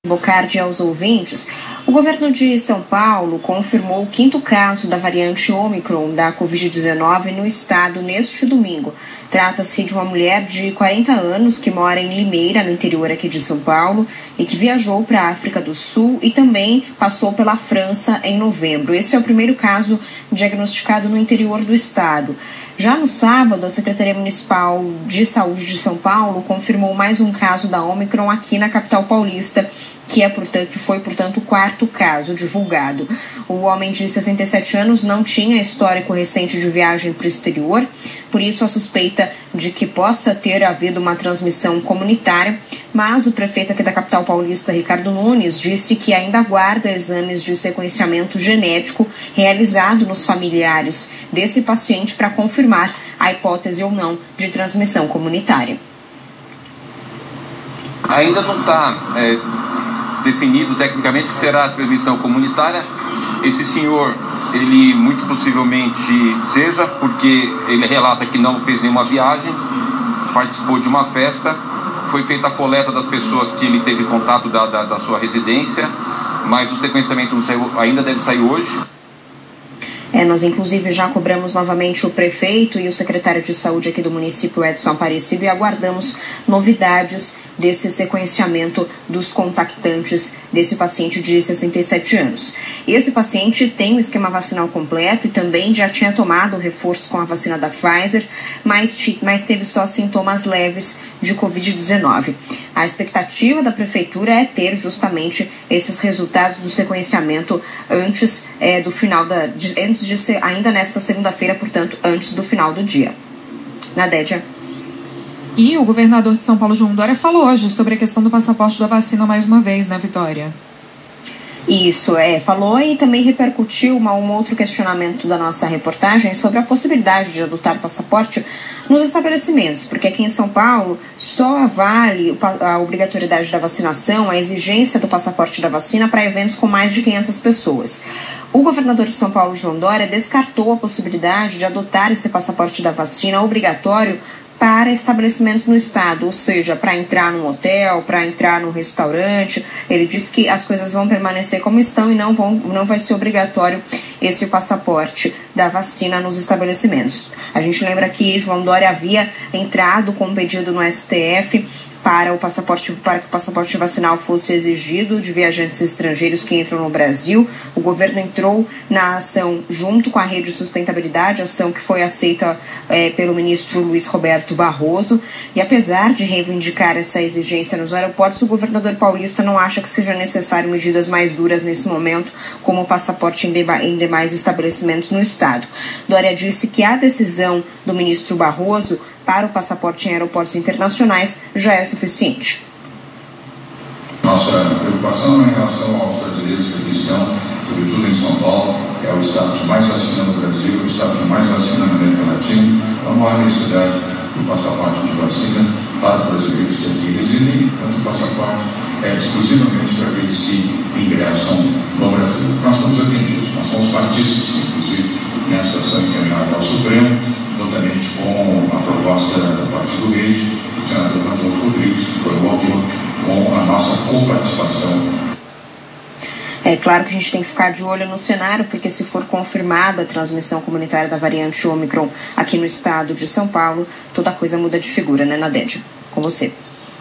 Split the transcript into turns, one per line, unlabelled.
Bocardi aos ouvintes, o governo de São Paulo confirmou o 5º caso da variante Ômicron da Covid-19 no estado neste domingo. Trata-se de uma mulher de 40 anos que mora em Limeira, no interior aqui de São Paulo, e que viajou para a África do Sul e também passou pela França em novembro. Esse é o primeiro caso diagnosticado no interior do estado. Já no sábado, a Secretaria Municipal de Saúde de São Paulo confirmou mais um caso da Ômicron aqui na capital paulista, que foi, portanto, o 4º caso divulgado. O homem de 67 anos não tinha histórico recente de viagem para o exterior, por isso a suspeita de que possa ter havido uma transmissão comunitária, mas o prefeito aqui da capital paulista, Ricardo Nunes, disse que ainda aguarda exames de sequenciamento genético realizado nos familiares desse paciente para confirmar a hipótese ou não de transmissão comunitária.
Ainda não está definido tecnicamente que será a transmissão comunitária. Esse senhor, ele muito possivelmente seja, porque ele relata que não fez nenhuma viagem, participou de uma festa, foi feita a coleta das pessoas que ele teve contato da sua residência, mas o sequenciamento não saiu, ainda deve sair hoje.
Nós, inclusive, já cobramos novamente o prefeito e o secretário de saúde aqui do município, Edson Aparecido, e aguardamos novidades desse sequenciamento dos contactantes desse paciente de 67 anos. Esse paciente tem o esquema vacinal completo e também já tinha tomado o reforço com a vacina da Pfizer, mas teve só sintomas leves de Covid-19. A expectativa da prefeitura é ter justamente esses resultados do sequenciamento antes do final ainda nesta segunda-feira, portanto, antes do final do dia. Nadédia.
E o governador de São Paulo, João Dória, falou hoje sobre a questão do passaporte da vacina mais uma vez, né, Vitória?
Isso, falou e também repercutiu um outro questionamento da nossa reportagem sobre a possibilidade de adotar passaporte nos estabelecimentos, porque aqui em São Paulo só vale a obrigatoriedade da vacinação, a exigência do passaporte da vacina para eventos com mais de 500 pessoas. O governador de São Paulo, João Dória, descartou a possibilidade de adotar esse passaporte da vacina obrigatório para estabelecimentos no estado, ou seja, para entrar num hotel, para entrar num restaurante. Ele disse que as coisas vão permanecer como estão e não vai ser obrigatório esse passaporte da vacina nos estabelecimentos. A gente lembra que João Dória havia entrado com um pedido no STF para que o passaporte vacinal fosse exigido de viajantes estrangeiros que entram no Brasil. O governo entrou na ação junto com a Rede Sustentabilidade, ação que foi aceita pelo ministro Luiz Roberto Barroso. E apesar de reivindicar essa exigência nos aeroportos, o governador paulista não acha que seja necessário medidas mais duras nesse momento, como o passaporte em demais estabelecimentos no estado. Dória disse que a decisão do ministro Barroso para o passaporte em aeroportos internacionais já é suficiente.
Nossa preocupação em relação aos brasileiros que aqui estão, sobretudo em São Paulo, é o estado que mais vacina no Brasil, o estado que mais vacina na América Latina. Então não há necessidade do passaporte de vacina para os brasileiros que aqui residem, enquanto o passaporte é exclusivamente para aqueles que ingressam no Brasil. Nós estamos atendidos, nós somos partícipes, inclusive, nessa ação encaminhada ao Supremo, juntamente com a proposta do Partido Rede, do senador Rodolfo Rodrigues, que foi o autor, com a nossa coparticipação.
É claro que a gente tem que ficar de olho no cenário, porque se for confirmada a transmissão comunitária da variante Ômicron aqui no estado de São Paulo, toda coisa muda de figura, né, Nadédia? Com você.